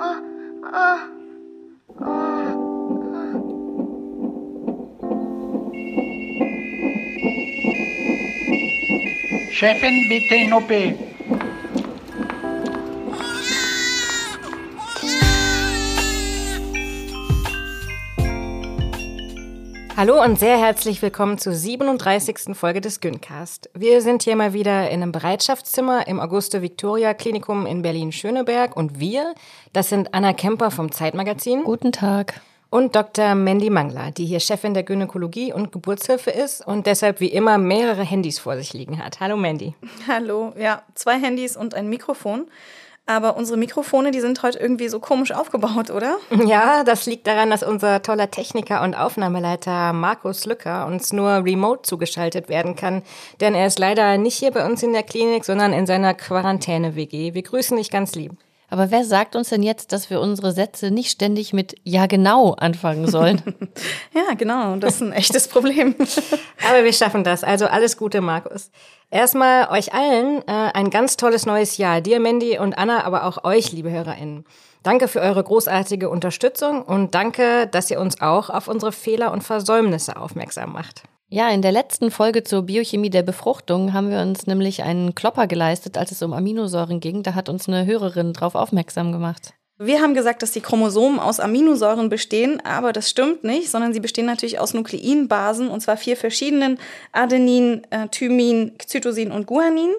Chefin, bitte in OP. Hallo und sehr herzlich willkommen zur 37. Folge des Gyncast. Wir sind hier mal wieder in einem Bereitschaftszimmer im Auguste-Victoria-Klinikum in Berlin-Schöneberg und wir, das sind Anna Kemper vom Zeitmagazin. Guten Tag. Und Dr. Mandy Mangler, die hier Chefin der Gynäkologie und Geburtshilfe ist und deshalb wie immer mehrere Handys vor sich liegen hat. Hallo Mandy. Hallo, ja, 2 Handys und ein Mikrofon. Aber unsere Mikrofone, die sind heute irgendwie so komisch aufgebaut, oder? Ja, das liegt daran, dass unser toller Techniker und Aufnahmeleiter Markus Lücker uns nur remote zugeschaltet werden kann. Denn er ist leider nicht hier bei uns in der Klinik, sondern in seiner Quarantäne-WG. Wir grüßen dich ganz lieb. Aber wer sagt uns denn jetzt, dass wir unsere Sätze nicht ständig mit ja genau anfangen sollen? Ja, genau, das ist ein echtes Problem. Aber wir schaffen das, also alles Gute, Markus. Erstmal euch allen ein ganz tolles neues Jahr, dir Mandy und Anna, aber auch euch, liebe HörerInnen. Danke für eure großartige Unterstützung und danke, dass ihr uns auch auf unsere Fehler und Versäumnisse aufmerksam macht. Ja, in der letzten Folge zur Biochemie der Befruchtung haben wir uns nämlich einen Klopper geleistet, als es um Aminosäuren ging. Da hat uns eine Hörerin drauf aufmerksam gemacht. Wir haben gesagt, dass die Chromosomen aus Aminosäuren bestehen, aber das stimmt nicht, sondern sie bestehen natürlich aus Nukleinbasen, und zwar 4 verschiedenen: Adenin, Thymin, Cytosin und Guanin.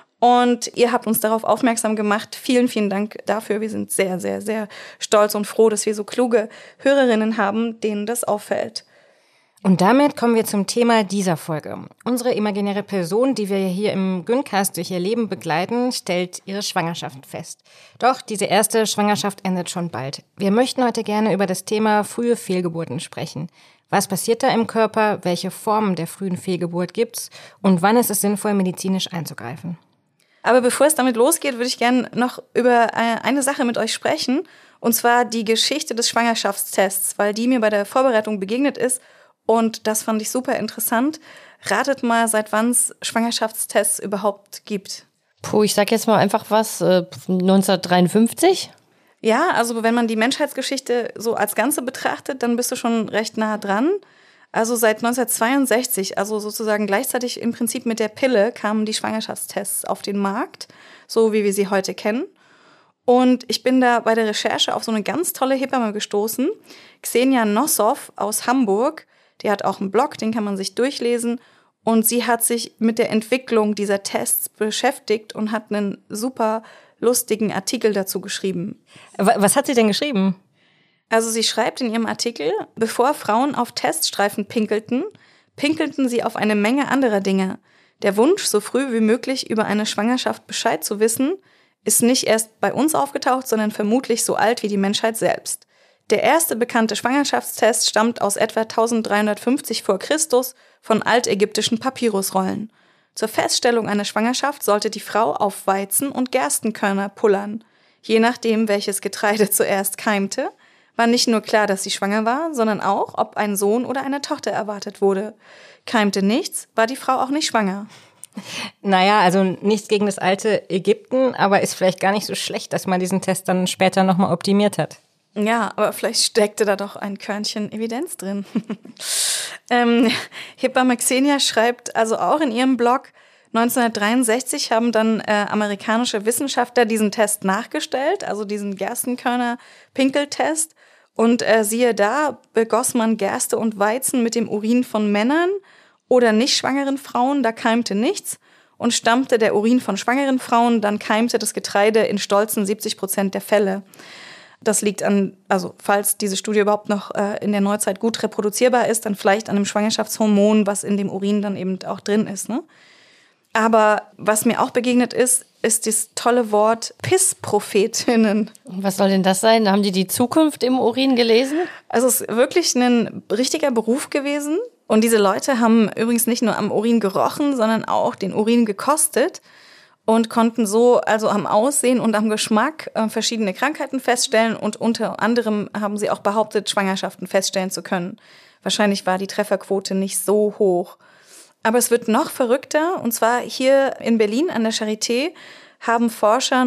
Und ihr habt uns darauf aufmerksam gemacht. Vielen, vielen Dank dafür. Wir sind sehr, sehr, sehr stolz und froh, dass wir so kluge Hörerinnen haben, denen das auffällt. Und damit kommen wir zum Thema dieser Folge. Unsere imaginäre Person, die wir hier im Gyncast durch ihr Leben begleiten, stellt ihre Schwangerschaft fest. Doch diese erste Schwangerschaft endet schon bald. Wir möchten heute gerne über das Thema frühe Fehlgeburten sprechen. Was passiert da im Körper? Welche Formen der frühen Fehlgeburt gibt's? Und wann ist es sinnvoll, medizinisch einzugreifen? Aber bevor es damit losgeht, würde ich gerne noch über eine Sache mit euch sprechen. Und zwar die Geschichte des Schwangerschaftstests, weil die mir bei der Vorbereitung begegnet ist. Und das fand ich super interessant. Ratet mal, seit wann es Schwangerschaftstests überhaupt gibt. Ich sag jetzt mal einfach was, 1953? Ja, also wenn man die Menschheitsgeschichte so als Ganze betrachtet, dann bist du schon recht nah dran. Also seit 1962, also sozusagen gleichzeitig im Prinzip mit der Pille, kamen die Schwangerschaftstests auf den Markt, so wie wir sie heute kennen. Und ich bin da bei der Recherche auf so eine ganz tolle Hebamme gestoßen, Xenia Nossow aus Hamburg. Die hat auch einen Blog, den kann man sich durchlesen. Und sie hat sich mit der Entwicklung dieser Tests beschäftigt und hat einen super lustigen Artikel dazu geschrieben. Was hat sie denn geschrieben? Also sie schreibt in ihrem Artikel: Bevor Frauen auf Teststreifen pinkelten, pinkelten sie auf eine Menge anderer Dinge. Der Wunsch, so früh wie möglich über eine Schwangerschaft Bescheid zu wissen, ist nicht erst bei uns aufgetaucht, sondern vermutlich so alt wie die Menschheit selbst. Der erste bekannte Schwangerschaftstest stammt aus etwa 1350 vor Christus von altägyptischen Papyrusrollen. Zur Feststellung einer Schwangerschaft sollte die Frau auf Weizen- und Gerstenkörner pullern. Je nachdem, welches Getreide zuerst keimte, war nicht nur klar, dass sie schwanger war, sondern auch, ob ein Sohn oder eine Tochter erwartet wurde. Keimte nichts, war die Frau auch nicht schwanger. Naja, also nichts gegen das alte Ägypten, aber ist vielleicht gar nicht so schlecht, dass man diesen Test dann später nochmal optimiert hat. Ja, aber vielleicht steckte da doch ein Körnchen Evidenz drin. Hebamme Xenia schreibt also auch in ihrem Blog, 1963 haben dann amerikanische Wissenschaftler diesen Test nachgestellt, also diesen Gerstenkörner-Pinkeltest. Und siehe da, begoss man Gerste und Weizen mit dem Urin von Männern oder nicht schwangeren Frauen, da keimte nichts. Und stammte der Urin von schwangeren Frauen, dann keimte das Getreide in stolzen 70% der Fälle. Das liegt an, also falls diese Studie überhaupt noch in der Neuzeit gut reproduzierbar ist, dann vielleicht an dem Schwangerschaftshormon, was in dem Urin dann eben auch drin ist, ne? Aber was mir auch begegnet ist das tolle Wort Pissprophetinnen. Was soll denn das sein? Haben die Zukunft im Urin gelesen? Also es ist wirklich ein richtiger Beruf gewesen. Und diese Leute haben übrigens nicht nur am Urin gerochen, sondern auch den Urin gekostet. Und konnten so also am Aussehen und am Geschmack verschiedene Krankheiten feststellen. Und unter anderem haben sie auch behauptet, Schwangerschaften feststellen zu können. Wahrscheinlich war die Trefferquote nicht so hoch. Aber es wird noch verrückter. Und zwar hier in Berlin an der Charité haben Forscher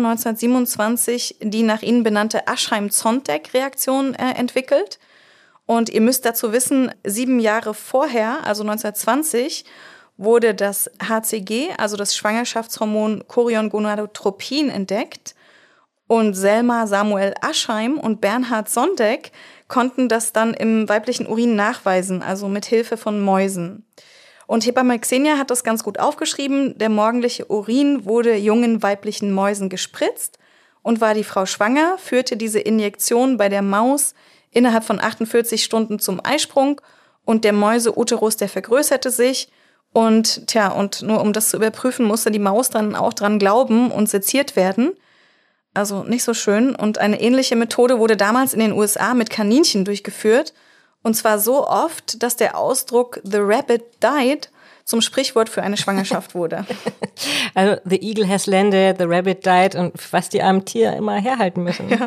1927 die nach ihnen benannte Aschheim-Zontek-Reaktion entwickelt. Und ihr müsst dazu wissen, 7 Jahre vorher, also 1920, wurde das HCG, also das Schwangerschaftshormon Chorion-Gonadotropin, entdeckt. Und Selma Samuel Aschheim und Bernhard Sondeck konnten das dann im weiblichen Urin nachweisen, also mit Hilfe von Mäusen. Und Hebamme Xenia hat das ganz gut aufgeschrieben. Der morgendliche Urin wurde jungen weiblichen Mäusen gespritzt. Und war die Frau schwanger, führte diese Injektion bei der Maus innerhalb von 48 Stunden zum Eisprung. Und der Mäuseuterus, der vergrößerte sich. Und nur um das zu überprüfen, musste die Maus dann auch dran glauben und seziert werden. Also nicht so schön. Und eine ähnliche Methode wurde damals in den USA mit Kaninchen durchgeführt. Und zwar so oft, dass der Ausdruck "the rabbit died" zum Sprichwort für eine Schwangerschaft wurde. Also the eagle has landed, the rabbit died und was die armen Tiere immer herhalten müssen. Ja.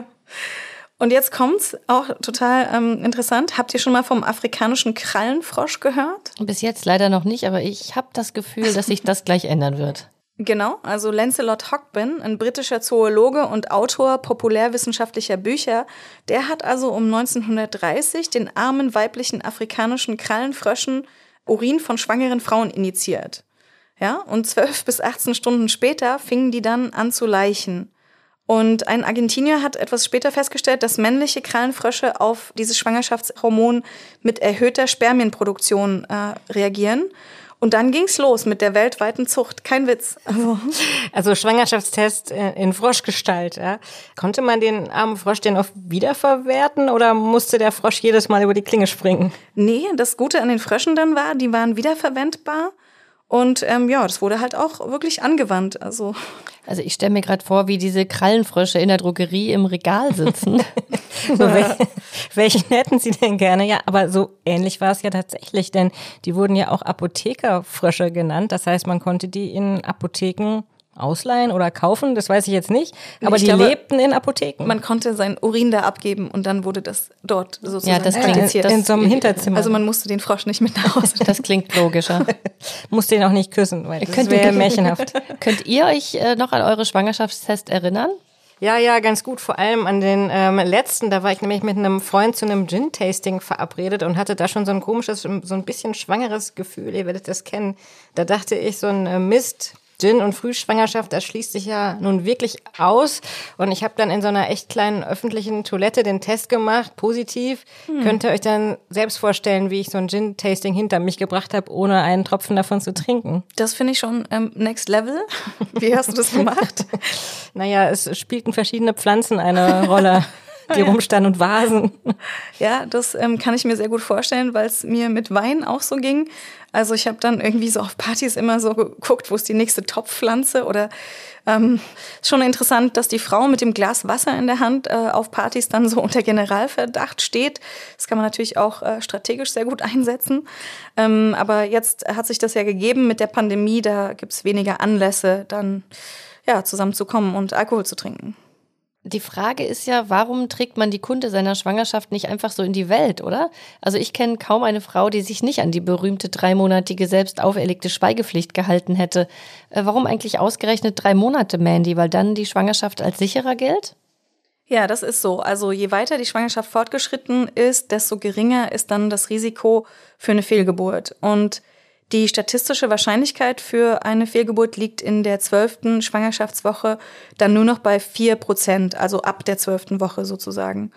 Und jetzt kommt's, auch total interessant. Habt ihr schon mal vom afrikanischen Krallenfrosch gehört? Bis jetzt leider noch nicht, aber ich habe das Gefühl, dass sich das gleich ändern wird. Genau, also Lancelot Hogben, ein britischer Zoologe und Autor populärwissenschaftlicher Bücher, der hat also um 1930 den armen weiblichen afrikanischen Krallenfröschen Urin von schwangeren Frauen injiziert. Ja, und 12 bis 18 Stunden später fingen die dann an zu laichen. Und ein Argentinier hat etwas später festgestellt, dass männliche Krallenfrösche auf dieses Schwangerschaftshormon mit erhöhter Spermienproduktion reagieren. Und dann ging's los mit der weltweiten Zucht. Kein Witz. Also Schwangerschaftstest in Froschgestalt. Ja. Konnte man den armen Frosch denn auch wiederverwerten oder musste der Frosch jedes Mal über die Klinge springen? Nee, das Gute an den Fröschen dann war, die waren wiederverwendbar. Und das wurde halt auch wirklich angewandt. Also ich stelle mir gerade vor, wie diese Krallenfrösche in der Drogerie im Regal sitzen. Welchen hätten Sie denn gerne? Ja, aber so ähnlich war es ja tatsächlich, denn die wurden ja auch Apothekerfrösche genannt. Das heißt, man konnte die in Apotheken ausleihen oder kaufen, das weiß ich jetzt nicht. Aber die lebten in Apotheken. Man konnte sein Urin da abgeben und dann wurde das dort sozusagen praktiziert. In so einem Hinterzimmer. Also man musste den Frosch nicht mit nach Hause. Das klingt logischer. Musste ihn auch nicht küssen, weil das wäre märchenhaft. Könnt ihr euch noch an eure Schwangerschaftstest erinnern? Ja, ganz gut. Vor allem an den letzten. Da war ich nämlich mit einem Freund zu einem Gin-Tasting verabredet und hatte da schon so ein komisches, so ein bisschen schwangeres Gefühl. Ihr werdet das kennen. Da dachte ich, so ein Mist. Gin und Frühschwangerschaft, das schließt sich ja nun wirklich aus. Und ich habe dann in so einer echt kleinen öffentlichen Toilette den Test gemacht, positiv. Könnt ihr euch dann selbst vorstellen, wie ich so ein Gin-Tasting hinter mich gebracht habe, ohne einen Tropfen davon zu trinken? Das finde ich schon next level. Wie hast du das gemacht? Naja, es spielten verschiedene Pflanzen eine Rolle. Die rumstanden und Vasen. Ja, das kann ich mir sehr gut vorstellen, weil es mir mit Wein auch so ging. Also ich habe dann irgendwie so auf Partys immer so geguckt, wo ist die nächste Topfpflanze oder schon interessant, dass die Frau mit dem Glas Wasser in der Hand auf Partys dann so unter Generalverdacht steht. Das kann man natürlich auch strategisch sehr gut einsetzen. Aber jetzt hat sich das ja gegeben mit der Pandemie, da gibt's weniger Anlässe, dann zusammenzukommen und Alkohol zu trinken. Die Frage ist ja, warum trägt man die Kunde seiner Schwangerschaft nicht einfach so in die Welt, oder? Also ich kenne kaum eine Frau, die sich nicht an die berühmte 3-monatige selbst auferlegte Schweigepflicht gehalten hätte. Warum eigentlich ausgerechnet 3 Monate, Mandy? Weil dann die Schwangerschaft als sicherer gilt? Ja, das ist so. Also je weiter die Schwangerschaft fortgeschritten ist, desto geringer ist dann das Risiko für eine Fehlgeburt. Und die statistische Wahrscheinlichkeit für eine Fehlgeburt liegt in der 12. Schwangerschaftswoche dann nur noch bei 4%, also ab der 12. Woche sozusagen.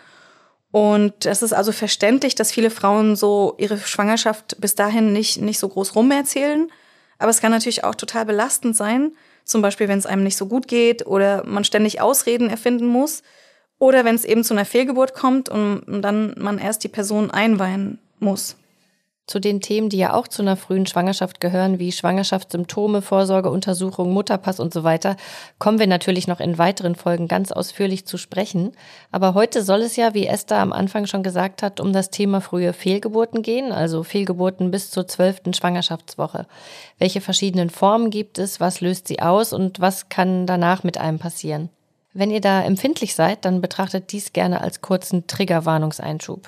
Und es ist also verständlich, dass viele Frauen so ihre Schwangerschaft bis dahin nicht so groß rumerzählen. Aber es kann natürlich auch total belastend sein, zum Beispiel wenn es einem nicht so gut geht oder man ständig Ausreden erfinden muss oder wenn es eben zu einer Fehlgeburt kommt und dann man erst die Person einweihen muss. Zu den Themen, die ja auch zu einer frühen Schwangerschaft gehören, wie Schwangerschaftssymptome, Vorsorgeuntersuchung, Mutterpass und so weiter, kommen wir natürlich noch in weiteren Folgen ganz ausführlich zu sprechen. Aber heute soll es ja, wie Esther am Anfang schon gesagt hat, um das Thema frühe Fehlgeburten gehen, also Fehlgeburten bis zur 12. Schwangerschaftswoche. Welche verschiedenen Formen gibt es, was löst sie aus und was kann danach mit einem passieren? Wenn ihr da empfindlich seid, dann betrachtet dies gerne als kurzen Triggerwarnungseinschub.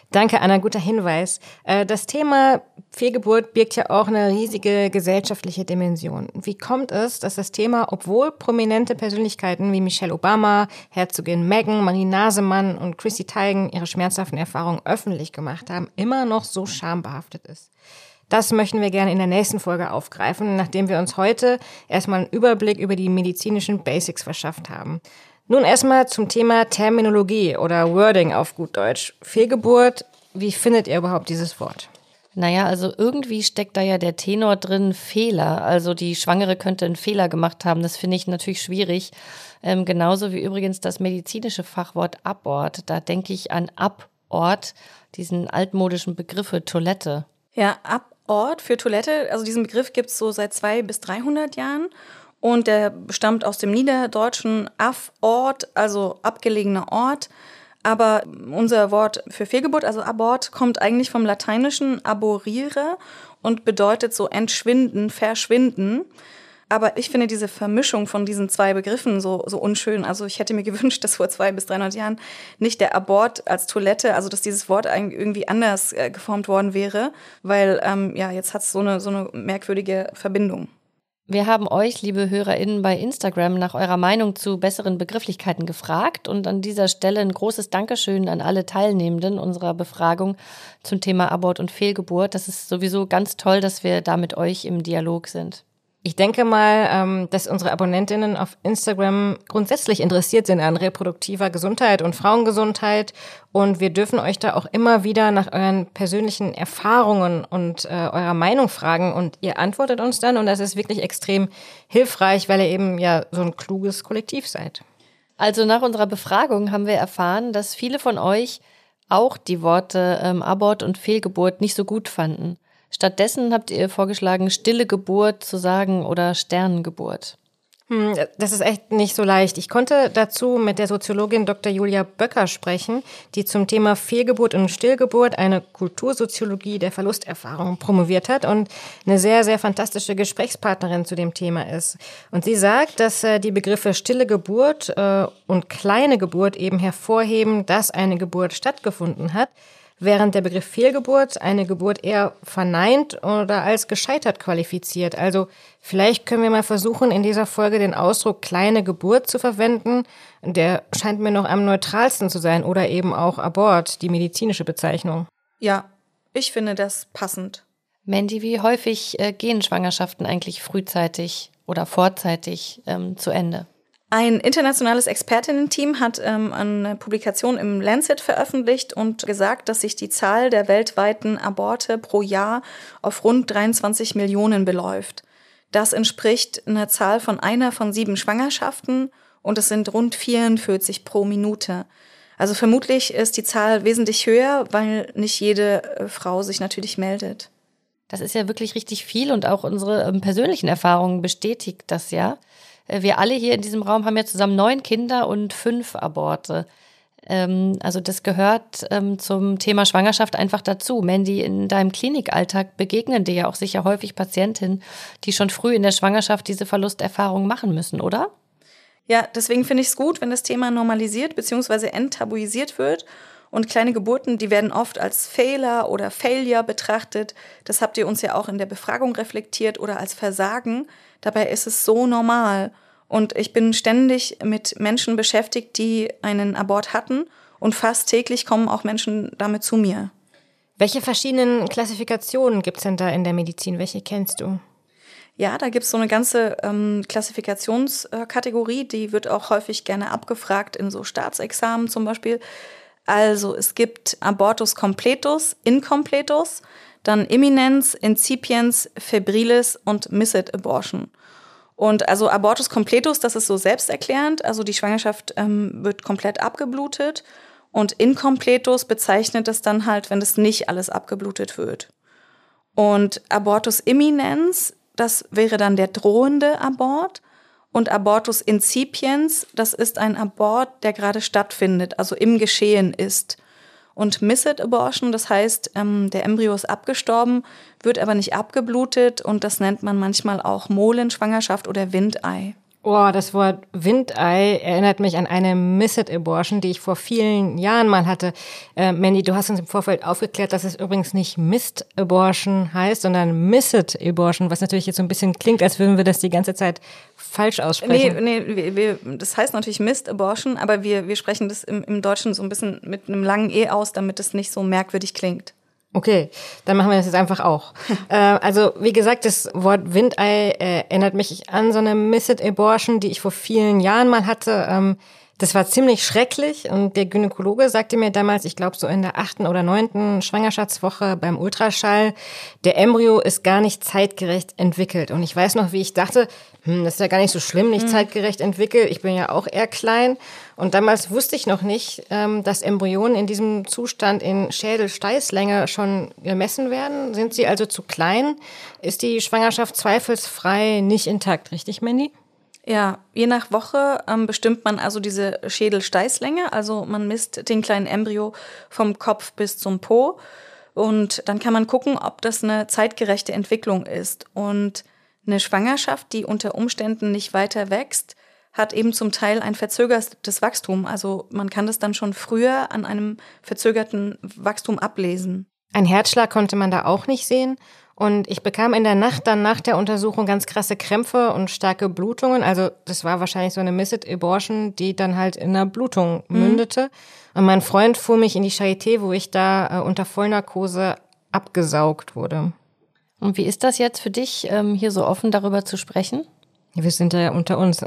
Danke, Anna, guter Hinweis. Das Thema Fehlgeburt birgt ja auch eine riesige gesellschaftliche Dimension. Wie kommt es, dass das Thema, obwohl prominente Persönlichkeiten wie Michelle Obama, Herzogin Meghan, Marie Nasemann und Chrissy Teigen ihre schmerzhaften Erfahrungen öffentlich gemacht haben, immer noch so schambehaftet ist? Das möchten wir gerne in der nächsten Folge aufgreifen, nachdem wir uns heute erstmal einen Überblick über die medizinischen Basics verschafft haben. Nun erstmal zum Thema Terminologie oder Wording auf gut Deutsch. Fehlgeburt, wie findet ihr überhaupt dieses Wort? Naja, also irgendwie steckt da ja der Tenor drin, Fehler. Also die Schwangere könnte einen Fehler gemacht haben. Das finde ich natürlich schwierig. Genauso wie übrigens das medizinische Fachwort Abort. Da denke ich an Abort, diesen altmodischen Begriff für Toilette. Ja, Abort für Toilette, also diesen Begriff gibt es so seit 200 bis 300 Jahren. Und der stammt aus dem Niederdeutschen Affort, also abgelegener Ort. Aber unser Wort für Fehlgeburt, also Abort, kommt eigentlich vom Lateinischen aborire und bedeutet so entschwinden, verschwinden. Aber ich finde diese Vermischung von diesen zwei Begriffen so unschön. Also ich hätte mir gewünscht, dass vor 200 bis 300 Jahren nicht der Abort als Toilette, also dass dieses Wort eigentlich irgendwie anders geformt worden wäre. Weil jetzt hat es so eine merkwürdige Verbindung. Wir haben euch, liebe HörerInnen, bei Instagram nach eurer Meinung zu besseren Begrifflichkeiten gefragt und an dieser Stelle ein großes Dankeschön an alle Teilnehmenden unserer Befragung zum Thema Abort und Fehlgeburt. Das ist sowieso ganz toll, dass wir da mit euch im Dialog sind. Ich denke mal, dass unsere Abonnentinnen auf Instagram grundsätzlich interessiert sind an reproduktiver Gesundheit und Frauengesundheit. Und wir dürfen euch da auch immer wieder nach euren persönlichen Erfahrungen und eurer Meinung fragen. Und ihr antwortet uns dann. Und das ist wirklich extrem hilfreich, weil ihr eben ja so ein kluges Kollektiv seid. Also nach unserer Befragung haben wir erfahren, dass viele von euch auch die Worte Abort und Fehlgeburt nicht so gut fanden. Stattdessen habt ihr vorgeschlagen, stille Geburt zu sagen oder Sternengeburt. Das ist echt nicht so leicht. Ich konnte dazu mit der Soziologin Dr. Julia Böcker sprechen, die zum Thema Fehlgeburt und Stillgeburt eine Kultursoziologie der Verlusterfahrung promoviert hat und eine sehr, sehr fantastische Gesprächspartnerin zu dem Thema ist. Und sie sagt, dass die Begriffe stille Geburt und kleine Geburt eben hervorheben, dass eine Geburt stattgefunden hat, während der Begriff Fehlgeburt eine Geburt eher verneint oder als gescheitert qualifiziert. Also vielleicht können wir mal versuchen, in dieser Folge den Ausdruck kleine Geburt zu verwenden. Der scheint mir noch am neutralsten zu sein. Oder eben auch Abort, die medizinische Bezeichnung. Ja, ich finde das passend. Mandy, wie häufig gehen Schwangerschaften eigentlich frühzeitig oder vorzeitig zu Ende? Ein internationales Expertinnen-Team hat eine Publikation im Lancet veröffentlicht und gesagt, dass sich die Zahl der weltweiten Aborte pro Jahr auf rund 23 Millionen beläuft. Das entspricht einer Zahl von 1 von 7 Schwangerschaften und es sind rund 44 pro Minute. Also vermutlich ist die Zahl wesentlich höher, weil nicht jede Frau sich natürlich meldet. Das ist ja wirklich richtig viel und auch unsere persönlichen Erfahrungen bestätigt das ja. Wir alle hier in diesem Raum haben ja zusammen 9 Kinder und 5 Aborte. Also das gehört zum Thema Schwangerschaft einfach dazu. Mandy, in deinem Klinikalltag begegnen dir ja auch sicher häufig Patientinnen, die schon früh in der Schwangerschaft diese Verlusterfahrung machen müssen, oder? Ja, deswegen finde ich es gut, wenn das Thema normalisiert bzw. enttabuisiert wird. Und kleine Geburten, die werden oft als Fehler oder Failure betrachtet. Das habt ihr uns ja auch in der Befragung reflektiert oder als Versagen. Dabei ist es so normal. Und ich bin ständig mit Menschen beschäftigt, die einen Abort hatten. Und fast täglich kommen auch Menschen damit zu mir. Welche verschiedenen Klassifikationen gibt es denn da in der Medizin? Welche kennst du? Ja, da gibt es so eine ganze Klassifikationskategorie. Die wird auch häufig gerne abgefragt in so Staatsexamen zum Beispiel. Also es gibt Abortus completus, incompletus, dann Imminenz, Incipiens, Febrilis und Missed Abortion. Und also Abortus completus, das ist so selbsterklärend, also die Schwangerschaft wird komplett abgeblutet und incompletus bezeichnet es dann halt, wenn das nicht alles abgeblutet wird. Und Abortus imminens, das wäre dann der drohende Abort. Und Abortus incipiens, das ist ein Abort, der gerade stattfindet, also im Geschehen ist. Und Missed Abortion, das heißt, der Embryo ist abgestorben, wird aber nicht abgeblutet und das nennt man manchmal auch Molenschwangerschaft oder Windei. Oh, das Wort Windei erinnert mich an eine Missed Abortion, die ich vor vielen Jahren mal hatte. Mandy, du hast uns im Vorfeld aufgeklärt, dass es übrigens nicht Missed Abortion heißt, sondern Missed Abortion, was natürlich jetzt so ein bisschen klingt, als würden wir das die ganze Zeit falsch aussprechen. Nee, das heißt natürlich Missed Abortion, aber wir sprechen das im Deutschen so ein bisschen mit einem langen E aus, damit es nicht so merkwürdig klingt. Okay, dann machen wir das jetzt einfach auch. Also wie gesagt, das Wort Windei erinnert mich an so eine Missed Abortion, die ich vor vielen Jahren mal hatte. Das war ziemlich schrecklich und der Gynäkologe sagte mir damals, ich glaube so in der 8. oder 9. Schwangerschaftswoche beim Ultraschall, der Embryo ist gar nicht zeitgerecht entwickelt. Und ich weiß noch, wie ich dachte, das ist ja gar nicht so schlimm, nicht zeitgerecht entwickelt. Ich bin ja auch eher klein. Und damals wusste ich noch nicht, dass Embryonen in diesem Zustand in Schädelsteißlänge schon gemessen werden. Sind sie also zu klein? Ist die Schwangerschaft zweifelsfrei nicht intakt, richtig, Mandy? Ja, je nach Woche bestimmt man also diese Schädelsteißlänge. Also man misst den kleinen Embryo vom Kopf bis zum Po. Und dann kann man gucken, ob das eine zeitgerechte Entwicklung ist. Und eine Schwangerschaft, die unter Umständen nicht weiter wächst, hat eben zum Teil ein verzögertes Wachstum. Also man kann das dann schon früher an einem verzögerten Wachstum ablesen. Ein Herzschlag konnte man da auch nicht sehen. Und ich bekam in der Nacht dann nach der Untersuchung ganz krasse Krämpfe und starke Blutungen. Also das war wahrscheinlich so eine Missed Abortion, die dann halt in einer Blutung mündete. Und mein Freund fuhr mich in die Charité, wo ich da unter Vollnarkose abgesaugt wurde. Und wie ist das jetzt für dich, hier so offen darüber zu sprechen? Wir sind ja unter uns.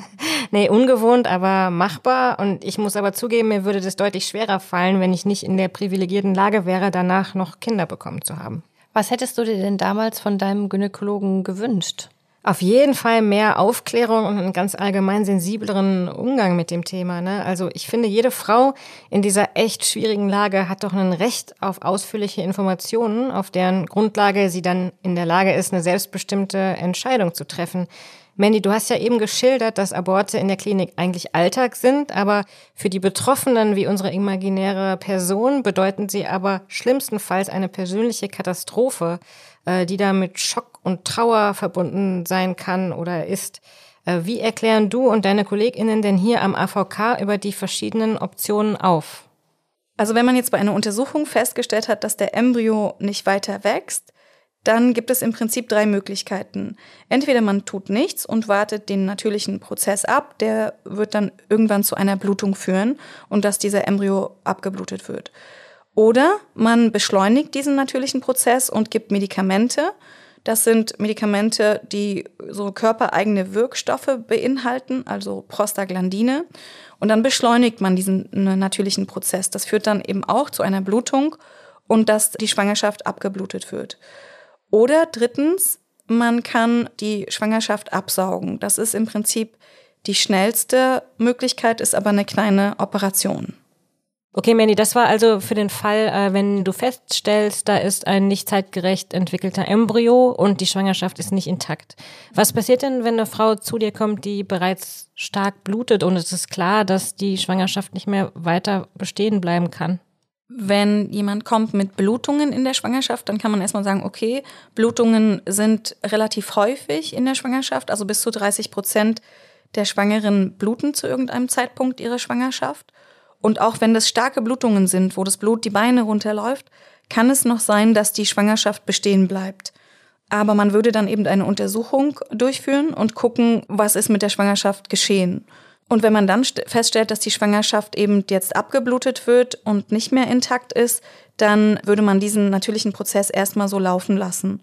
Nee, ungewohnt, aber machbar. Und ich muss aber zugeben, mir würde das deutlich schwerer fallen, wenn ich nicht in der privilegierten Lage wäre, danach noch Kinder bekommen zu haben. Was hättest du dir denn damals von deinem Gynäkologen gewünscht? Auf jeden Fall mehr Aufklärung und einen ganz allgemein sensibleren Umgang mit dem Thema, ne? Also ich finde, jede Frau in dieser echt schwierigen Lage hat doch ein Recht auf ausführliche Informationen, auf deren Grundlage sie dann in der Lage ist, eine selbstbestimmte Entscheidung zu treffen. Mandy, du hast ja eben geschildert, dass Aborte in der Klinik eigentlich Alltag sind, aber für die Betroffenen wie unsere imaginäre Person bedeuten sie aber schlimmstenfalls eine persönliche Katastrophe, die da mit Schock und Trauer verbunden sein kann oder ist. Wie erklären du und deine KollegInnen denn hier am AVK über die verschiedenen Optionen auf? Also wenn man jetzt bei einer Untersuchung festgestellt hat, dass der Embryo nicht weiter wächst, dann gibt es im Prinzip 3 Möglichkeiten. Entweder man tut nichts und wartet den natürlichen Prozess ab, der wird dann irgendwann zu einer Blutung führen und dass dieser Embryo abgeblutet wird. Oder man beschleunigt diesen natürlichen Prozess und gibt Medikamente. Das sind Medikamente, die so körpereigene Wirkstoffe beinhalten, also Prostaglandine. Und dann beschleunigt man diesen natürlichen Prozess. Das führt dann eben auch zu einer Blutung und dass die Schwangerschaft abgeblutet wird. Oder drittens, man kann die Schwangerschaft absaugen. Das ist im Prinzip die schnellste Möglichkeit, ist aber eine kleine Operation. Okay, Mandy, das war also für den Fall, wenn du feststellst, da ist ein nicht zeitgerecht entwickelter Embryo und die Schwangerschaft ist nicht intakt. Was passiert denn, wenn eine Frau zu dir kommt, die bereits stark blutet und es ist klar, dass die Schwangerschaft nicht mehr weiter bestehen bleiben kann? Wenn jemand kommt mit Blutungen in der Schwangerschaft, dann kann man erstmal sagen, okay, Blutungen sind relativ häufig in der Schwangerschaft, also bis zu 30% der Schwangeren bluten zu irgendeinem Zeitpunkt ihrer Schwangerschaft. Und auch wenn das starke Blutungen sind, wo das Blut die Beine runterläuft, kann es noch sein, dass die Schwangerschaft bestehen bleibt. Aber man würde dann eben eine Untersuchung durchführen und gucken, was ist mit der Schwangerschaft geschehen. Und wenn man dann feststellt, dass die Schwangerschaft eben jetzt abgeblutet wird und nicht mehr intakt ist, dann würde man diesen natürlichen Prozess erstmal so laufen lassen.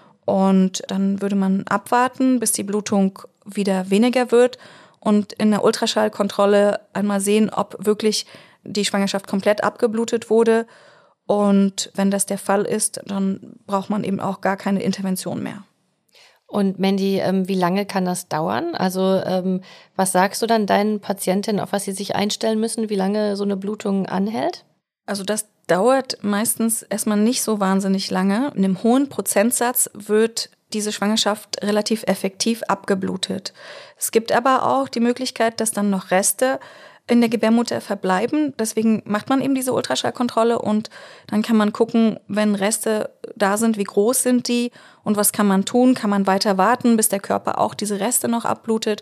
Und dann würde man abwarten, bis die Blutung wieder weniger wird und in der Ultraschallkontrolle einmal sehen, ob wirklich die Schwangerschaft komplett abgeblutet wurde. Und wenn das der Fall ist, dann braucht man eben auch gar keine Intervention mehr. Und Mandy, wie lange kann das dauern? Also was sagst du dann deinen Patientinnen, auf was sie sich einstellen müssen, wie lange so eine Blutung anhält? Also das dauert meistens erstmal nicht so wahnsinnig lange. In einem hohen Prozentsatz wird diese Schwangerschaft relativ effektiv abgeblutet. Es gibt aber auch die Möglichkeit, dass dann noch Reste in der Gebärmutter verbleiben. Deswegen macht man eben diese Ultraschallkontrolle und dann kann man gucken, wenn Reste da sind, wie groß sind die und was kann man tun? Kann man weiter warten, bis der Körper auch diese Reste noch abblutet?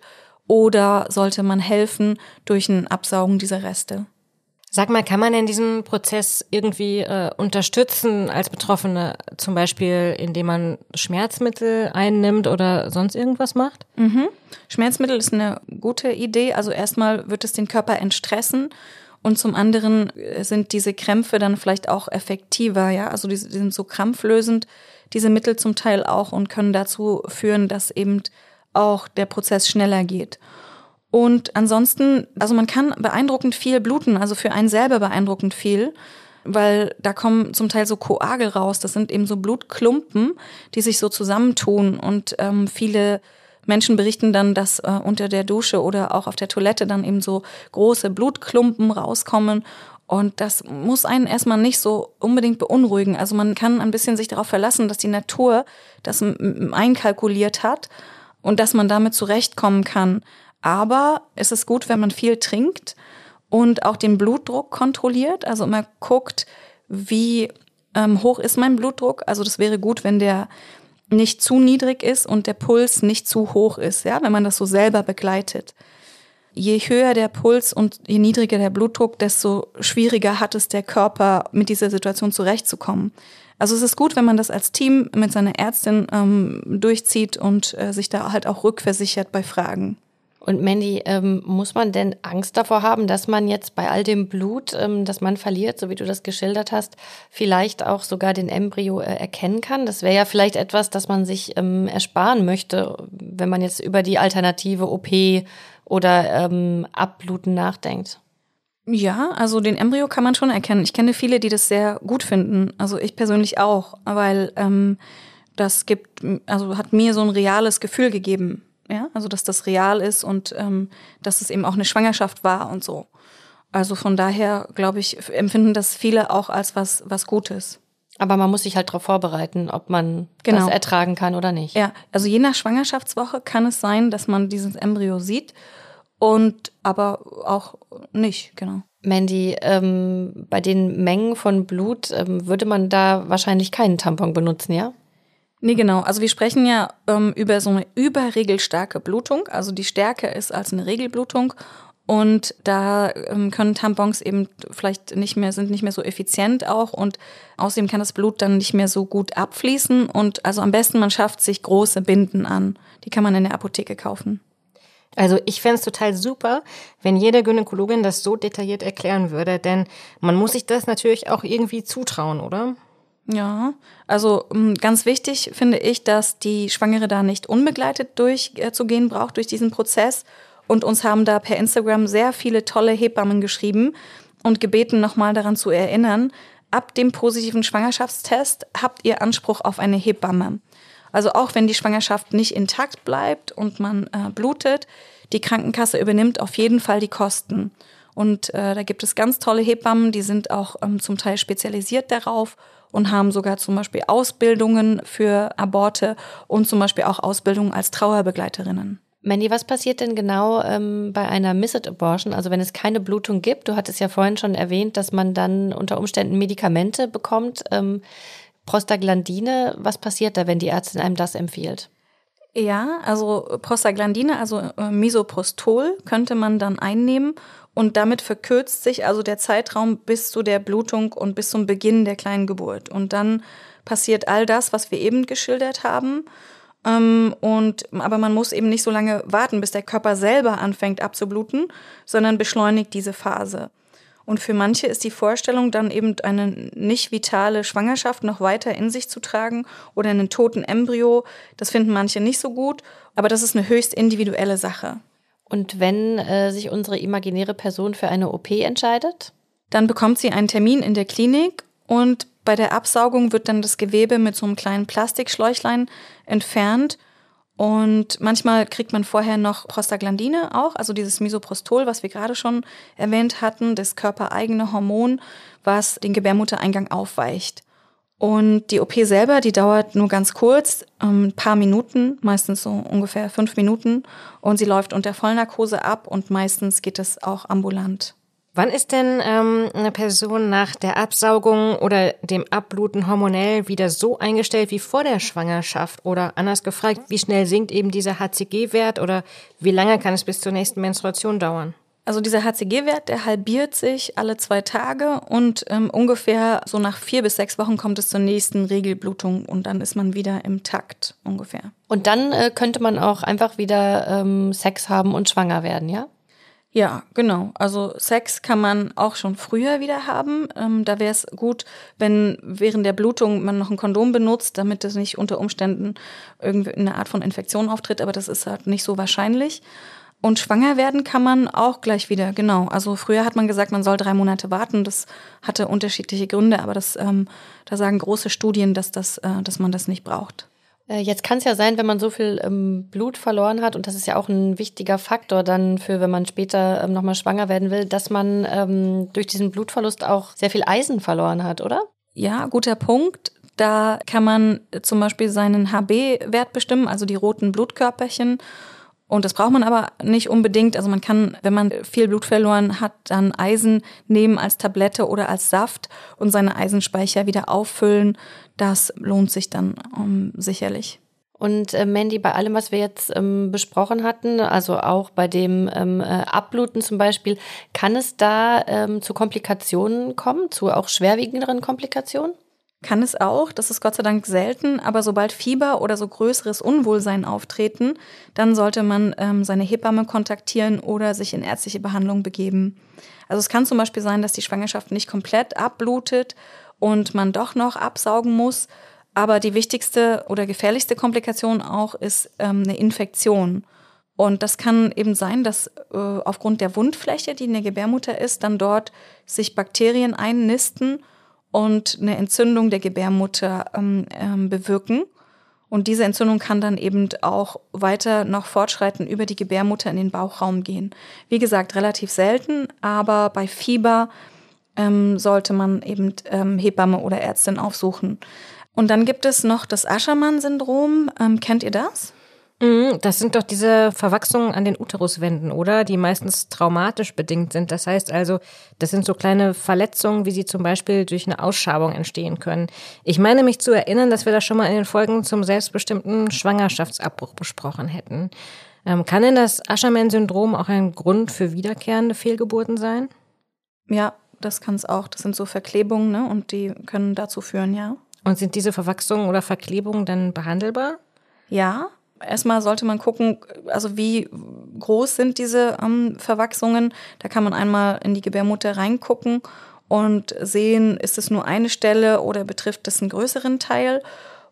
oder sollte man helfen durch ein Absaugen dieser Reste? Sag mal, kann man denn diesen Prozess irgendwie unterstützen als Betroffene, zum Beispiel indem man Schmerzmittel einnimmt oder sonst irgendwas macht? Schmerzmittel ist eine gute Idee. Also erstmal wird es den Körper entstressen und zum anderen sind diese Krämpfe dann vielleicht auch effektiver. Ja, also die sind so krampflösend, diese Mittel zum Teil auch, und können dazu führen, dass eben auch der Prozess schneller geht. Und ansonsten, also man kann beeindruckend viel bluten, also für einen selber beeindruckend viel, weil da kommen zum Teil so Koagel raus. Das sind eben so Blutklumpen, die sich so zusammentun. Und viele Menschen berichten dann, dass unter der Dusche oder auch auf der Toilette dann eben so große Blutklumpen rauskommen. Und das muss einen erstmal nicht so unbedingt beunruhigen. Also man kann ein bisschen sich darauf verlassen, dass die Natur das einkalkuliert hat und dass man damit zurechtkommen kann. Aber es ist gut, wenn man viel trinkt und auch den Blutdruck kontrolliert. Also immer guckt, wie hoch ist mein Blutdruck. Also das wäre gut, wenn der nicht zu niedrig ist und der Puls nicht zu hoch ist, ja, wenn man das so selber begleitet. Je höher der Puls und je niedriger der Blutdruck, desto schwieriger hat es der Körper, mit dieser Situation zurechtzukommen. Also es ist gut, wenn man das als Team mit seiner Ärztin durchzieht und sich da halt auch rückversichert bei Fragen. Und Mandy, muss man denn Angst davor haben, dass man jetzt bei all dem Blut, das man verliert, so wie du das geschildert hast, vielleicht auch sogar den Embryo erkennen kann? Das wäre ja vielleicht etwas, das man sich ersparen möchte, wenn man jetzt über die alternative OP oder Abbluten nachdenkt. Ja, also den Embryo kann man schon erkennen. Ich kenne viele, die das sehr gut finden. Also ich persönlich auch, weil das hat mir so ein reales Gefühl gegeben. Ja, also dass das real ist und dass es eben auch eine Schwangerschaft war und so. Also von daher, glaube ich, empfinden das viele auch als was Gutes. Aber man muss sich halt darauf vorbereiten, ob man das ertragen kann oder nicht. Ja, also je nach Schwangerschaftswoche kann es sein, dass man dieses Embryo sieht und aber auch nicht, genau. Mandy, bei den Mengen von Blut würde man da wahrscheinlich keinen Tampon benutzen, ja? Nee, genau. Also wir sprechen ja über so eine überregelstarke Blutung. Also die stärker ist als eine Regelblutung. Und da können Tampons eben sind nicht mehr so effizient auch. Und außerdem kann das Blut dann nicht mehr so gut abfließen. Und also am besten, man schafft sich große Binden an. Die kann man in der Apotheke kaufen. Also ich fände es total super, wenn jede Gynäkologin das so detailliert erklären würde. Denn man muss sich das natürlich auch irgendwie zutrauen, oder? Ja, also ganz wichtig finde ich, dass die Schwangere da nicht unbegleitet durchzugehen braucht durch diesen Prozess. Und uns haben da per Instagram sehr viele tolle Hebammen geschrieben und gebeten, nochmal daran zu erinnern, ab dem positiven Schwangerschaftstest habt ihr Anspruch auf eine Hebamme. Also auch wenn die Schwangerschaft nicht intakt bleibt und man blutet, die Krankenkasse übernimmt auf jeden Fall die Kosten. Und da gibt es ganz tolle Hebammen, die sind auch zum Teil spezialisiert darauf und haben sogar zum Beispiel Ausbildungen für Aborte und zum Beispiel auch Ausbildungen als Trauerbegleiterinnen. Mandy, was passiert denn genau bei einer Missed Abortion, also wenn es keine Blutung gibt? Du hattest ja vorhin schon erwähnt, dass man dann unter Umständen Medikamente bekommt. Prostaglandine, was passiert da, wenn die Ärztin einem das empfiehlt? Ja, also Prostaglandine, also Misoprostol könnte man dann einnehmen und damit verkürzt sich also der Zeitraum bis zu der Blutung und bis zum Beginn der kleinen Geburt. Und dann passiert all das, was wir eben geschildert haben. Aber man muss eben nicht so lange warten, bis der Körper selber anfängt abzubluten, sondern beschleunigt diese Phase. Und für manche ist die Vorstellung, dann eben eine nicht vitale Schwangerschaft noch weiter in sich zu tragen oder einen toten Embryo, das finden manche nicht so gut, aber das ist eine höchst individuelle Sache. Und wenn sich unsere imaginäre Person für eine OP entscheidet? Dann bekommt sie einen Termin in der Klinik und bei der Absaugung wird dann das Gewebe mit so einem kleinen Plastikschläuchlein entfernt. Und manchmal kriegt man vorher noch Prostaglandine auch, also dieses Misoprostol, was wir gerade schon erwähnt hatten, das körpereigene Hormon, was den Gebärmuttereingang aufweicht. Und die OP selber, die dauert nur ganz kurz, ein paar Minuten, meistens so ungefähr 5 Minuten. Und sie läuft unter Vollnarkose ab und meistens geht es auch ambulant. Wann ist denn eine Person nach der Absaugung oder dem Abbluten hormonell wieder so eingestellt wie vor der Schwangerschaft? Oder anders gefragt, wie schnell sinkt eben dieser HCG-Wert oder wie lange kann es bis zur nächsten Menstruation dauern? Also dieser HCG-Wert, der halbiert sich alle 2 Tage und ungefähr so nach 4 bis 6 Wochen kommt es zur nächsten Regelblutung und dann ist man wieder im Takt ungefähr. Und dann könnte man auch einfach wieder Sex haben und schwanger werden, ja? Ja, genau. Also Sex kann man auch schon früher wieder haben. Da wäre es gut, wenn während der Blutung man noch ein Kondom benutzt, damit es nicht unter Umständen irgendwie eine Art von Infektion auftritt. Aber das ist halt nicht so wahrscheinlich. Und schwanger werden kann man auch gleich wieder, genau. Also früher hat man gesagt, man soll 3 Monate warten. Das hatte unterschiedliche Gründe, aber da sagen große Studien, dass man das nicht braucht. Jetzt kann es ja sein, wenn man so viel Blut verloren hat, und das ist ja auch ein wichtiger Faktor dann für, wenn man später nochmal schwanger werden will, dass man durch diesen Blutverlust auch sehr viel Eisen verloren hat, oder? Ja, guter Punkt. Da kann man zum Beispiel seinen HB-Wert bestimmen, also die roten Blutkörperchen. Und das braucht man aber nicht unbedingt. Also man kann, wenn man viel Blut verloren hat, dann Eisen nehmen als Tablette oder als Saft und seine Eisenspeicher wieder auffüllen. Das lohnt sich dann sicherlich. Und Mandy, bei allem, was wir jetzt besprochen hatten, also auch bei dem Abbluten zum Beispiel, kann es da zu Komplikationen kommen, zu auch schwerwiegenderen Komplikationen? Kann es auch, das ist Gott sei Dank selten, aber sobald Fieber oder so größeres Unwohlsein auftreten, dann sollte man seine Hebamme kontaktieren oder sich in ärztliche Behandlung begeben. Also es kann zum Beispiel sein, dass die Schwangerschaft nicht komplett abblutet und man doch noch absaugen muss, aber die wichtigste oder gefährlichste Komplikation auch ist eine Infektion. Und das kann eben sein, dass aufgrund der Wundfläche, die in der Gebärmutter ist, dann dort sich Bakterien einnisten und eine Entzündung der Gebärmutter bewirken. Und diese Entzündung kann dann eben auch weiter noch fortschreiten, über die Gebärmutter in den Bauchraum gehen. Wie gesagt, relativ selten, aber bei Fieber sollte man eben Hebamme oder Ärztin aufsuchen. Und dann gibt es noch das Aschermann-Syndrom. Kennt ihr das? Das sind doch diese Verwachsungen an den Uteruswänden, oder? Die meistens traumatisch bedingt sind. Das heißt also, das sind so kleine Verletzungen, wie sie zum Beispiel durch eine Ausschabung entstehen können. Ich meine mich zu erinnern, dass wir das schon mal in den Folgen zum selbstbestimmten Schwangerschaftsabbruch besprochen hätten. Kann denn das Aschermann-Syndrom auch ein Grund für wiederkehrende Fehlgeburten sein? Ja, das kann es auch. Das sind so Verklebungen, ne? Und die können dazu führen, ja. Und sind diese Verwachsungen oder Verklebungen dann behandelbar? Ja. Erstmal sollte man gucken, also wie groß sind diese Verwachsungen. Da kann man einmal in die Gebärmutter reingucken und sehen, ist es nur eine Stelle oder betrifft es einen größeren Teil.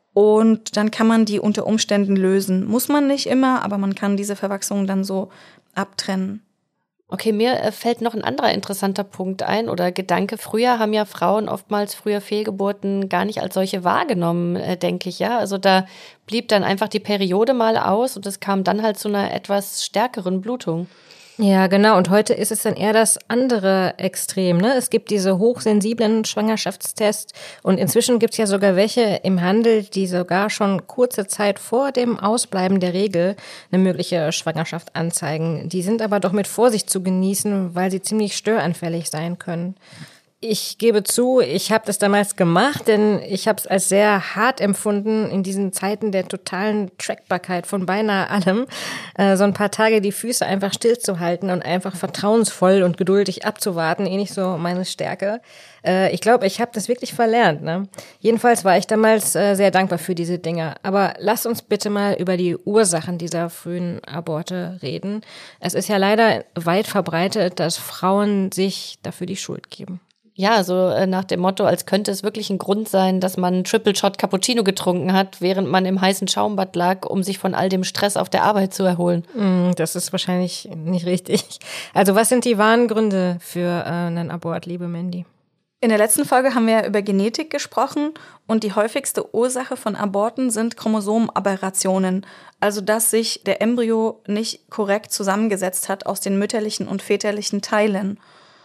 Und dann kann man die unter Umständen lösen. Muss man nicht immer, aber man kann diese Verwachsungen dann so abtrennen. Okay, mir fällt noch ein anderer interessanter Punkt ein oder Gedanke. Früher haben ja Frauen oftmals früher Fehlgeburten gar nicht als solche wahrgenommen, denke ich, ja. Also da blieb dann einfach die Periode mal aus und es kam dann halt zu einer etwas stärkeren Blutung. Ja, genau. Und heute ist es dann eher das andere Extrem, ne? Es gibt diese hochsensiblen Schwangerschaftstests und inzwischen gibt es ja sogar welche im Handel, die sogar schon kurze Zeit vor dem Ausbleiben der Regel eine mögliche Schwangerschaft anzeigen. Die sind aber doch mit Vorsicht zu genießen, weil sie ziemlich störanfällig sein können. Ich gebe zu, ich habe das damals gemacht, denn ich habe es als sehr hart empfunden, in diesen Zeiten der totalen Trackbarkeit von beinahe allem, so ein paar Tage die Füße einfach stillzuhalten und einfach vertrauensvoll und geduldig abzuwarten, nicht so meine Stärke. Ich glaube, ich habe das wirklich verlernt, ne? Jedenfalls war ich damals sehr dankbar für diese Dinge. Aber lass uns bitte mal über die Ursachen dieser frühen Aborte reden. Es ist ja leider weit verbreitet, dass Frauen sich dafür die Schuld geben. Ja, so nach dem Motto, als könnte es wirklich ein Grund sein, dass man einen Triple Shot Cappuccino getrunken hat, während man im heißen Schaumbad lag, um sich von all dem Stress auf der Arbeit zu erholen. Das ist wahrscheinlich nicht richtig. Also was sind die wahren Gründe für einen Abort, liebe Mandy? In der letzten Folge haben wir über Genetik gesprochen und die häufigste Ursache von Aborten sind Chromosomaberrationen, also dass sich der Embryo nicht korrekt zusammengesetzt hat aus den mütterlichen und väterlichen Teilen.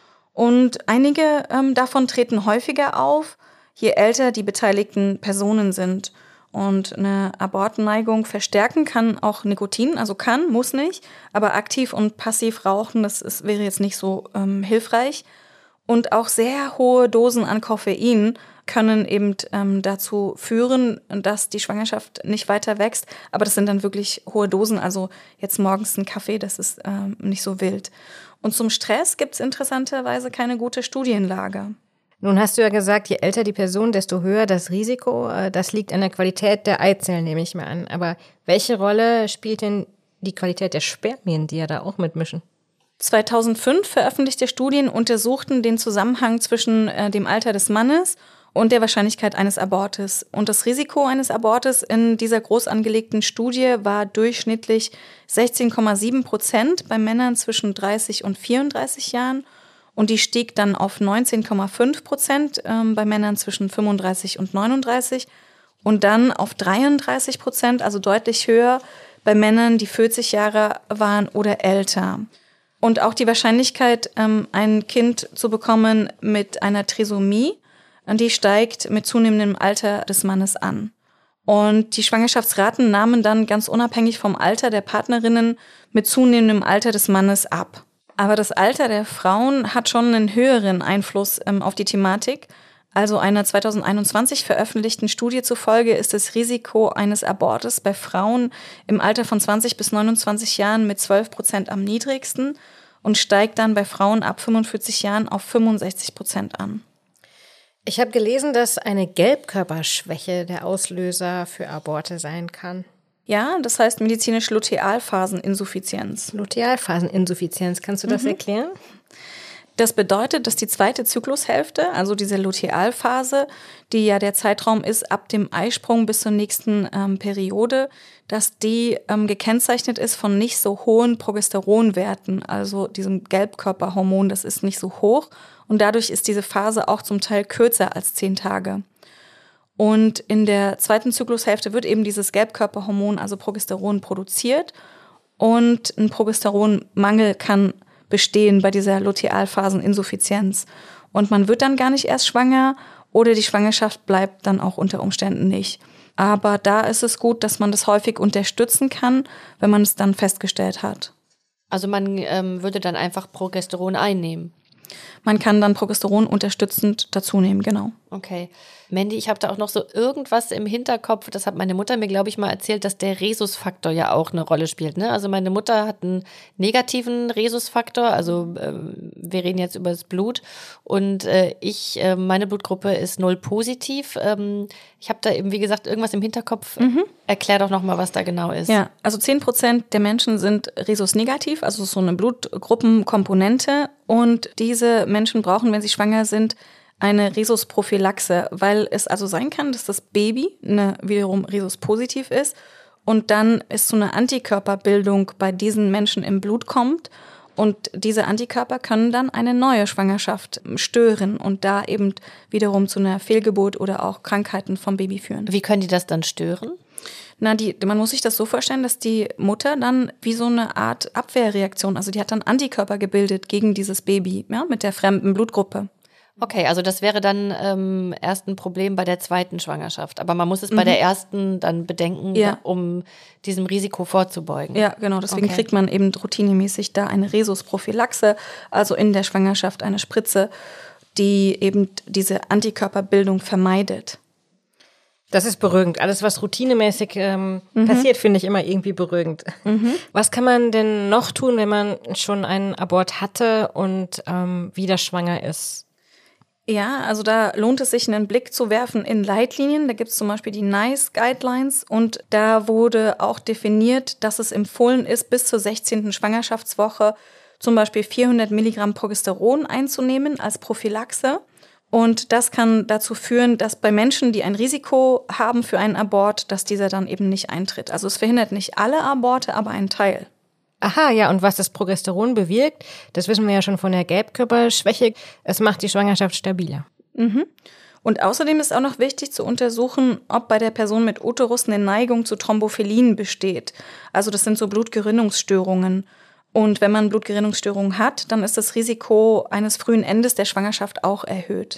Und einige davon treten häufiger auf, je älter die beteiligten Personen sind. Und eine Abortneigung verstärken kann auch Nikotin, also kann, muss nicht, aber aktiv und passiv rauchen, wäre jetzt nicht so hilfreich. Und auch sehr hohe Dosen an Koffein können eben dazu führen, dass die Schwangerschaft nicht weiter wächst. Aber das sind dann wirklich hohe Dosen, also jetzt morgens ein Kaffee, das ist nicht so wild. Und zum Stress gibt es interessanterweise keine gute Studienlage. Nun hast du ja gesagt, je älter die Person, desto höher das Risiko. Das liegt an der Qualität der Eizellen, nehme ich mal an. Aber welche Rolle spielt denn die Qualität der Spermien, die ja da auch mitmischen? 2005 veröffentlichte Studien untersuchten den Zusammenhang zwischen dem Alter des Mannes und der Wahrscheinlichkeit eines Abortes. Und das Risiko eines Abortes in dieser groß angelegten Studie war durchschnittlich 16,7% bei Männern zwischen 30 und 34 Jahren. Und die stieg dann auf 19,5% bei Männern zwischen 35 und 39 und dann auf 33%, also deutlich höher, bei Männern, die 40 Jahre waren oder älter. Und auch die Wahrscheinlichkeit, ein Kind zu bekommen mit einer Trisomie, die steigt mit zunehmendem Alter des Mannes an. Und die Schwangerschaftsraten nahmen dann ganz unabhängig vom Alter der Partnerinnen mit zunehmendem Alter des Mannes ab. Aber das Alter der Frauen hat schon einen höheren Einfluss auf die Thematik. Also einer 2021 veröffentlichten Studie zufolge ist das Risiko eines Abortes bei Frauen im Alter von 20 bis 29 Jahren mit 12% am niedrigsten und steigt dann bei Frauen ab 45 Jahren auf 65% an. Ich habe gelesen, dass eine Gelbkörperschwäche der Auslöser für Aborte sein kann. Ja, das heißt medizinisch Lutealphaseninsuffizienz. Lutealphaseninsuffizienz, kannst du das erklären? Das bedeutet, dass die zweite Zyklushälfte, also diese Lutealphase, die ja der Zeitraum ist ab dem Eisprung bis zur nächsten Periode, dass die gekennzeichnet ist von nicht so hohen Progesteronwerten, also diesem Gelbkörperhormon, das ist nicht so hoch. Und dadurch ist diese Phase auch zum Teil kürzer als 10 Tage. Und in der zweiten Zyklushälfte wird eben dieses Gelbkörperhormon, also Progesteron, produziert. Und ein Progesteronmangel kann bestehen bei dieser Lutealphaseninsuffizienz. Und man wird dann gar nicht erst schwanger oder die Schwangerschaft bleibt dann auch unter Umständen nicht. Aber da ist es gut, dass man das häufig unterstützen kann, wenn man es dann festgestellt hat. Also man würde dann einfach Progesteron einnehmen? Man kann dann Progesteron unterstützend dazu nehmen, genau. Okay. Mandy, ich habe da auch noch so irgendwas im Hinterkopf, das hat meine Mutter mir, glaube ich, mal erzählt, dass der Rhesusfaktor ja auch eine Rolle spielt. Ne? Also meine Mutter hat einen negativen Rhesusfaktor, also wir reden jetzt über das Blut und meine Blutgruppe ist 0 positiv. Ich habe da eben, wie gesagt, irgendwas im Hinterkopf. Erklär doch nochmal, was da genau ist. Ja, also 10% der Menschen sind Rhesus-negativ, also so eine Blutgruppenkomponente und diese Menschen brauchen, wenn sie schwanger sind, eine Rhesusprophylaxe, weil es also sein kann, dass das Baby wiederum Rhesus-positiv ist und dann es zu einer Antikörperbildung bei diesen Menschen im Blut kommt und diese Antikörper können dann eine neue Schwangerschaft stören und da eben wiederum zu einer Fehlgeburt oder auch Krankheiten vom Baby führen. Wie können die das dann stören? Man muss sich das so vorstellen, dass die Mutter dann wie so eine Art Abwehrreaktion, also die hat dann Antikörper gebildet gegen dieses Baby, ja, mit der fremden Blutgruppe. Okay, also das wäre dann erst ein Problem bei der zweiten Schwangerschaft. Aber man muss es bei der ersten dann bedenken, um diesem Risiko vorzubeugen. Ja, genau. Deswegen kriegt man eben routinemäßig da eine Rhesusprophylaxe, also in der Schwangerschaft eine Spritze, die eben diese Antikörperbildung vermeidet. Das ist beruhigend. Alles, was routinemäßig passiert, finde ich immer irgendwie beruhigend. Was kann man denn noch tun, wenn man schon einen Abort hatte und wieder schwanger ist? Ja, also da lohnt es sich, einen Blick zu werfen in Leitlinien. Da gibt es zum Beispiel die NICE Guidelines und da wurde auch definiert, dass es empfohlen ist, bis zur 16. Schwangerschaftswoche zum Beispiel 400 Milligramm Progesteron einzunehmen als Prophylaxe. Und das kann dazu führen, dass bei Menschen, die ein Risiko haben für einen Abort, dass dieser dann eben nicht eintritt. Also es verhindert nicht alle Aborte, aber einen Teil. Aha, ja, und was das Progesteron bewirkt, das wissen wir ja schon von der Gelbkörperschwäche, es macht die Schwangerschaft stabiler. Und außerdem ist auch noch wichtig zu untersuchen, ob bei der Person mit Uterus eine Neigung zu Thrombophilien besteht. Also das sind so Blutgerinnungsstörungen. Und wenn man Blutgerinnungsstörungen hat, dann ist das Risiko eines frühen Endes der Schwangerschaft auch erhöht.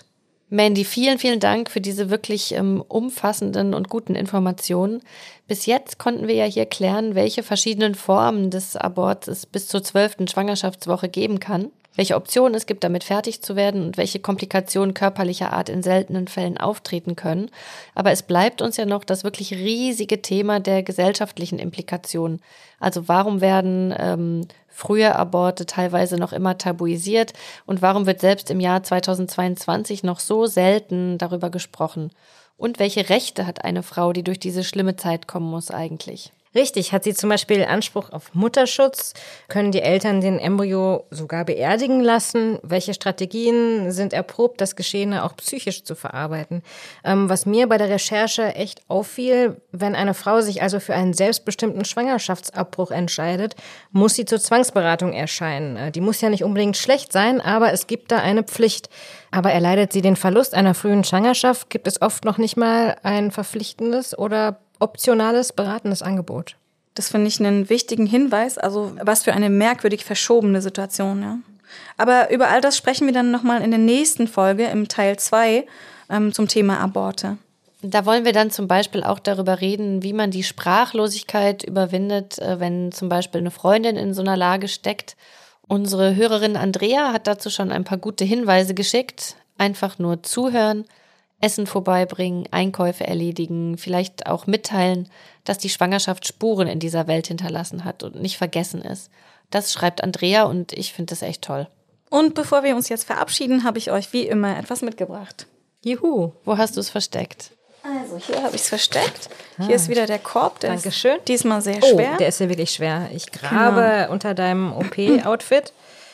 Mandy, vielen, vielen Dank für diese wirklich umfassenden und guten Informationen. Bis jetzt konnten wir ja hier klären, welche verschiedenen Formen des Aborts es bis zur 12. Schwangerschaftswoche geben kann, welche Optionen es gibt, damit fertig zu werden und welche Komplikationen körperlicher Art in seltenen Fällen auftreten können. Aber es bleibt uns ja noch das wirklich riesige Thema der gesellschaftlichen Implikationen. Also warum werden frühe Aborte teilweise noch immer tabuisiert und warum wird selbst im Jahr 2022 noch so selten darüber gesprochen? Und welche Rechte hat eine Frau, die durch diese schlimme Zeit kommen muss eigentlich? Richtig, hat sie zum Beispiel Anspruch auf Mutterschutz? Können die Eltern den Embryo sogar beerdigen lassen? Welche Strategien sind erprobt, das Geschehene auch psychisch zu verarbeiten? Was mir bei der Recherche echt auffiel, wenn eine Frau sich also für einen selbstbestimmten Schwangerschaftsabbruch entscheidet, muss sie zur Zwangsberatung erscheinen. Die muss ja nicht unbedingt schlecht sein, aber es gibt da eine Pflicht. Aber erleidet sie den Verlust einer frühen Schwangerschaft, gibt es oft noch nicht mal ein verpflichtendes oder optionales, beratendes Angebot. Das finde ich einen wichtigen Hinweis, also was für eine merkwürdig verschobene Situation, ja. Aber über all das sprechen wir dann nochmal in der nächsten Folge, im Teil 2, zum Thema Aborte. Da wollen wir dann zum Beispiel auch darüber reden, wie man die Sprachlosigkeit überwindet, wenn zum Beispiel eine Freundin in so einer Lage steckt. Unsere Hörerin Andrea hat dazu schon ein paar gute Hinweise geschickt. Einfach nur zuhören, Essen vorbeibringen, Einkäufe erledigen, vielleicht auch mitteilen, dass die Schwangerschaft Spuren in dieser Welt hinterlassen hat und nicht vergessen ist. Das schreibt Andrea und ich finde das echt toll. Und bevor wir uns jetzt verabschieden, habe ich euch wie immer etwas mitgebracht. Juhu. Wo hast du es versteckt? Also hier habe ich es versteckt. Hier ist wieder der Korb, der Dankeschön. ist diesmal sehr schwer. Oh, der ist ja wirklich schwer. Ich grabe unter deinem OP-Outfit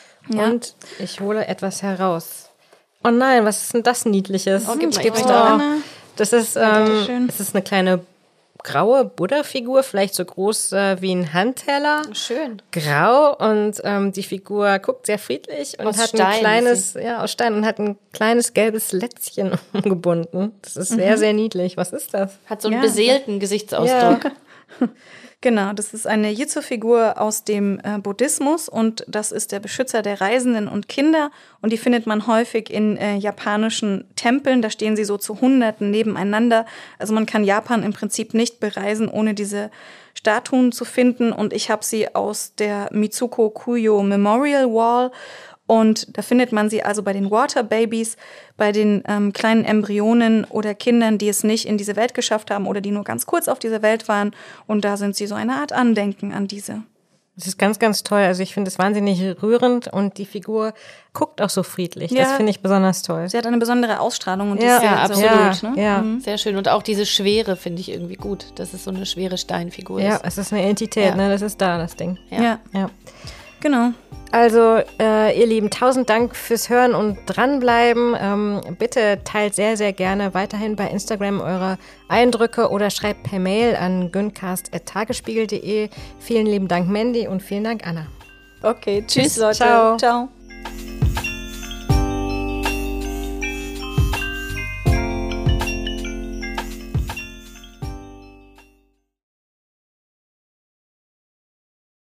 und ich hole etwas heraus. Oh nein, was ist denn das Niedliches? Oh, gib Gib's doch, Anna. Das ist, es ist eine kleine graue Buddha-Figur, vielleicht so groß wie ein Handteller. Schön. Grau und die Figur guckt sehr friedlich und Aus hat Stein ein kleines, aus Stein und hat ein kleines gelbes Lätzchen umgebunden. Das ist sehr, sehr niedlich. Was ist das? Hat so einen beseelten Gesichtsausdruck. Ja. Genau, das ist eine Jitsu-Figur aus dem Buddhismus und das ist der Beschützer der Reisenden und Kinder und die findet man häufig in japanischen Tempeln, da stehen sie so zu Hunderten nebeneinander. Also man kann Japan im Prinzip nicht bereisen, ohne diese Statuen zu finden und ich habe sie aus der Mitsuko Kuyo Memorial Wall. Und da findet man sie also bei den Water Babies, bei den kleinen Embryonen oder Kindern, die es nicht in diese Welt geschafft haben oder die nur ganz kurz auf dieser Welt waren. Und da sind sie so eine Art Andenken an diese. Das ist ganz, ganz toll. Also ich finde es wahnsinnig rührend und die Figur guckt auch so friedlich. Ja. Das finde ich besonders toll. Sie hat eine besondere Ausstrahlung und die Ja, ist sehr, ja, sehr absolut. ruhig, ne? Ja. Sehr schön. Und auch diese Schwere finde ich irgendwie gut, dass es so eine schwere Steinfigur Ja, ist. es ist eine Entität, Ja. ne? Das ist da, das Ding. Ja, Ja. genau. Also, ihr Lieben, 1000 Dank fürs Hören und dranbleiben. Bitte teilt sehr, sehr gerne weiterhin bei Instagram eure Eindrücke oder schreibt per Mail an gyncast@tagesspiegel.de. Vielen lieben Dank, Mandy, und vielen Dank, Anna. Okay, tschüss, Leute. Ciao. Ciao.